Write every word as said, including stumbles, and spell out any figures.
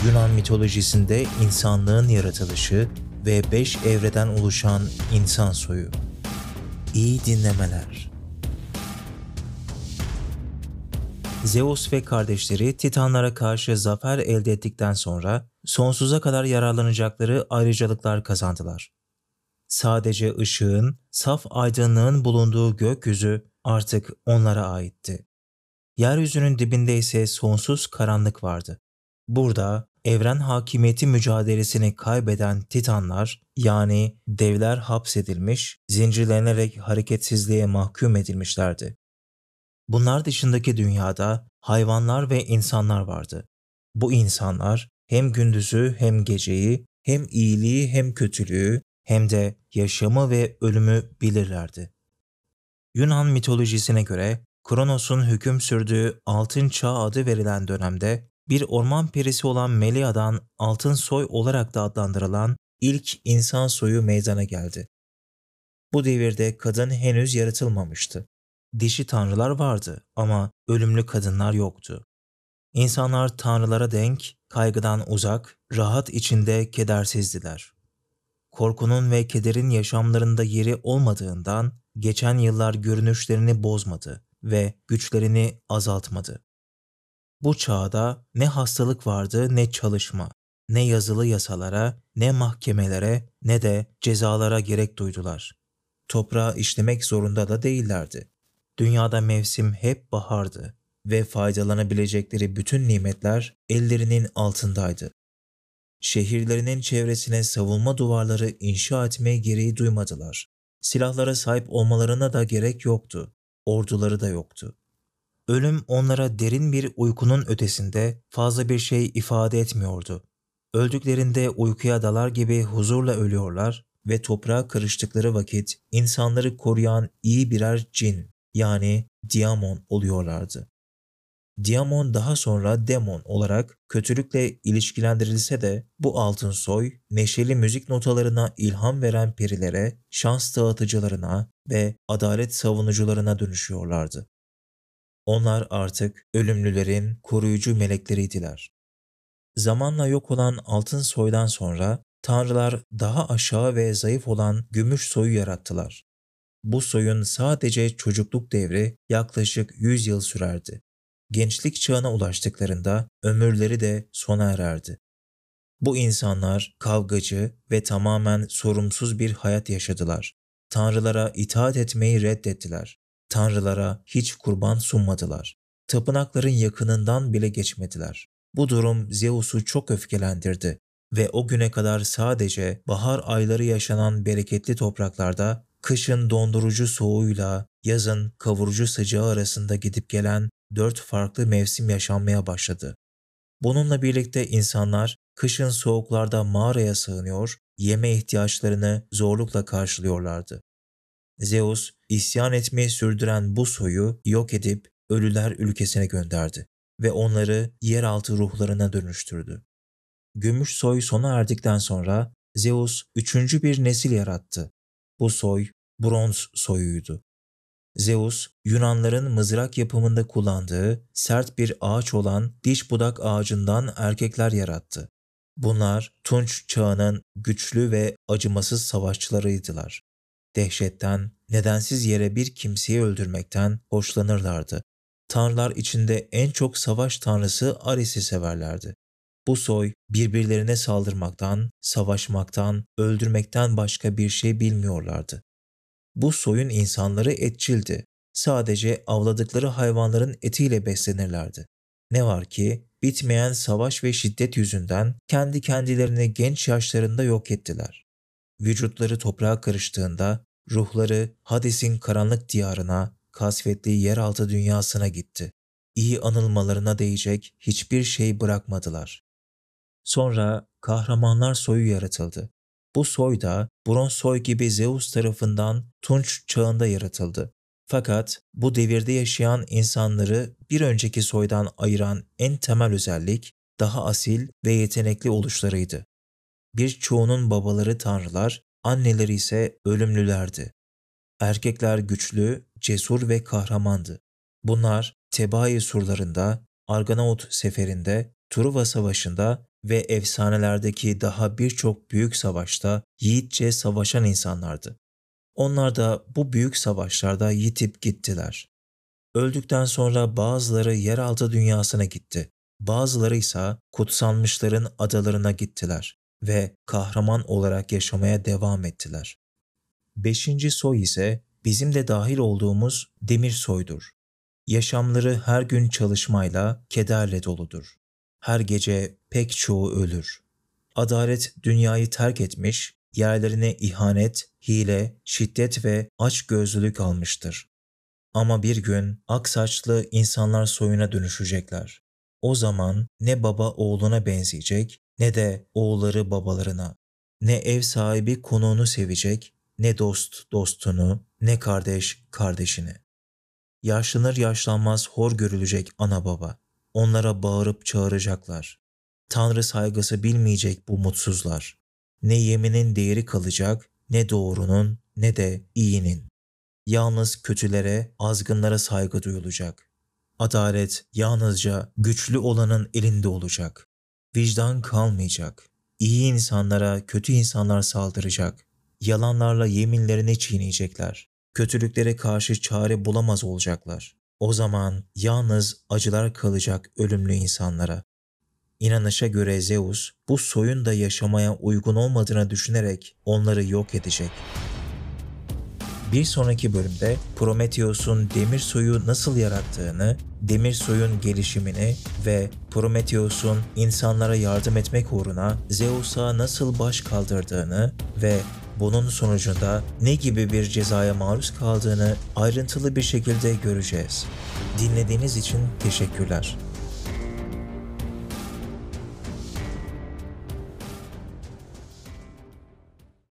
Yunan mitolojisinde insanlığın yaratılışı ve beş evreden oluşan insan soyu. İyi dinlemeler. Zeus ve kardeşleri Titanlara karşı zafer elde ettikten sonra sonsuza kadar yararlanacakları ayrıcalıklar kazandılar. Sadece ışığın, saf aydınlığın bulunduğu gökyüzü artık onlara aitti. Yeryüzünün dibinde ise sonsuz karanlık vardı. Burada evren hakimiyeti mücadelesini kaybeden Titanlar, yani devler hapsedilmiş, zincirlenerek hareketsizliğe mahkum edilmişlerdi. Bunlar dışındaki dünyada hayvanlar ve insanlar vardı. Bu insanlar hem gündüzü hem geceyi, hem iyiliği hem kötülüğü, hem de yaşamı ve ölümü bilirlerdi. Yunan mitolojisine göre Kronos'un hüküm sürdüğü Altın Çağ adı verilen dönemde bir orman perisi olan Melia'dan altın soy olarak da adlandırılan ilk insan soyu meydana geldi. Bu devirde kadın henüz yaratılmamıştı. Dişi tanrılar vardı ama ölümlü kadınlar yoktu. İnsanlar tanrılara denk, kaygıdan uzak, rahat içinde kedersizdiler. Korkunun ve kederin yaşamlarında yeri olmadığından geçen yıllar görünüşlerini bozmadı ve güçlerini azaltmadı. Bu çağda ne hastalık vardı ne çalışma, ne yazılı yasalara, ne mahkemelere, ne de cezalara gerek duydular. Toprağı işlemek zorunda da değillerdi. Dünyada mevsim hep bahardı ve faydalanabilecekleri bütün nimetler ellerinin altındaydı. Şehirlerinin çevresine savunma duvarları inşa etmeye gereği duymadılar. Silahlara sahip olmalarına da gerek yoktu. Orduları da yoktu. Ölüm onlara derin bir uykunun ötesinde fazla bir şey ifade etmiyordu. Öldüklerinde uykuya dalar gibi huzurla ölüyorlar ve toprağa karıştıkları vakit insanları koruyan iyi birer cin, yani Diamon oluyorlardı. Diamon daha sonra Demon olarak kötülükle ilişkilendirilse de bu altın soy, neşeli müzik notalarına ilham veren perilere, şans dağıtıcılarına ve adalet savunucularına dönüşüyorlardı. Onlar artık ölümlülerin koruyucu melekleriydiler. Zamanla yok olan altın soydan sonra tanrılar daha aşağı ve zayıf olan gümüş soyu yarattılar. Bu soyun sadece çocukluk devri yaklaşık yüz yıl sürerdi. Gençlik çağına ulaştıklarında ömürleri de sona ererdi. Bu insanlar kavgacı ve tamamen sorumsuz bir hayat yaşadılar. Tanrılara itaat etmeyi reddettiler. Tanrılara hiç kurban sunmadılar. Tapınakların yakınından bile geçmediler. Bu durum Zeus'u çok öfkelendirdi ve o güne kadar sadece bahar ayları yaşanan bereketli topraklarda kışın dondurucu soğuğuyla yazın kavurucu sıcağı arasında gidip gelen dört farklı mevsim yaşanmaya başladı. Bununla birlikte insanlar kışın soğuklarda mağaraya sığınıyor, yeme ihtiyaçlarını zorlukla karşılıyorlardı. Zeus, isyan etmeyi sürdüren bu soyu yok edip ölüler ülkesine gönderdi ve onları yeraltı ruhlarına dönüştürdü. Gümüş soy sona erdikten sonra Zeus üçüncü bir nesil yarattı. Bu soy bronz soyuydu. Zeus, Yunanların mızrak yapımında kullandığı sert bir ağaç olan diş budak ağacından erkekler yarattı. Bunlar Tunç çağının güçlü ve acımasız savaşçılarıydılar. Dehşetten, nedensiz yere bir kimseyi öldürmekten hoşlanırlardı. Tanrılar içinde en çok savaş tanrısı Ares'i severlerdi. Bu soy birbirlerine saldırmaktan, savaşmaktan, öldürmekten başka bir şey bilmiyorlardı. Bu soyun insanları etçildi. Sadece avladıkları hayvanların etiyle beslenirlerdi. Ne var ki bitmeyen savaş ve şiddet yüzünden kendi kendilerini genç yaşlarında yok ettiler. Vücutları toprağa karıştığında ruhları Hades'in karanlık diyarına, kasvetli yeraltı dünyasına gitti. İyi anılmalarına değecek hiçbir şey bırakmadılar. Sonra kahramanlar soyu yaratıldı. Bu soy da bronz soy gibi Zeus tarafından Tunç çağında yaratıldı. Fakat bu devirde yaşayan insanları bir önceki soydan ayıran en temel özellik daha asil ve yetenekli oluşlarıydı. Birçoğunun babaları tanrılar, anneleri ise ölümlülerdi. Erkekler güçlü, cesur ve kahramandı. Bunlar Tebai surlarında, Argonaut seferinde, Truva Savaşı'nda ve efsanelerdeki daha birçok büyük savaşta yiğitçe savaşan insanlardı. Onlar da bu büyük savaşlarda yitip gittiler. Öldükten sonra bazıları yeraltı dünyasına gitti. Bazıları ise kutsanmışların adalarına gittiler ve kahraman olarak yaşamaya devam ettiler. Beşinci soy ise bizim de dahil olduğumuz demir soydur. Yaşamları her gün çalışmayla, kederle doludur. Her gece pek çoğu ölür. Adalet dünyayı terk etmiş, yerlerine ihanet, hile, şiddet ve açgözlülük almıştır. Ama bir gün aksaçlı insanlar soyuna dönüşecekler. O zaman ne baba oğluna benzeyecek, ne de oğulları babalarına. Ne ev sahibi konuğunu sevecek, ne dost dostunu, ne kardeş kardeşini. Yaşlanır yaşlanmaz hor görülecek ana baba. Onlara bağırıp çağıracaklar. Tanrı saygısı bilmeyecek bu mutsuzlar. Ne yeminin değeri kalacak, ne doğrunun, ne de iyinin. Yalnız kötülere, azgınlara saygı duyulacak. Adalet yalnızca güçlü olanın elinde olacak. Vicdan kalmayacak. İyi insanlara kötü insanlar saldıracak. Yalanlarla yeminlerini çiğneyecekler. Kötülüklere karşı çare bulamaz olacaklar. O zaman yalnız acılar kalacak ölümlü insanlara. İnanışa göre Zeus bu soyun da yaşamaya uygun olmadığını düşünerek onları yok edecek. Bir sonraki bölümde Prometheus'un demir soyu nasıl yarattığını, demir soyun gelişimini ve Prometheus'un insanlara yardım etmek uğruna Zeus'a nasıl baş kaldırdığını ve bunun sonucunda ne gibi bir cezaya maruz kaldığını ayrıntılı bir şekilde göreceğiz. Dinlediğiniz için teşekkürler.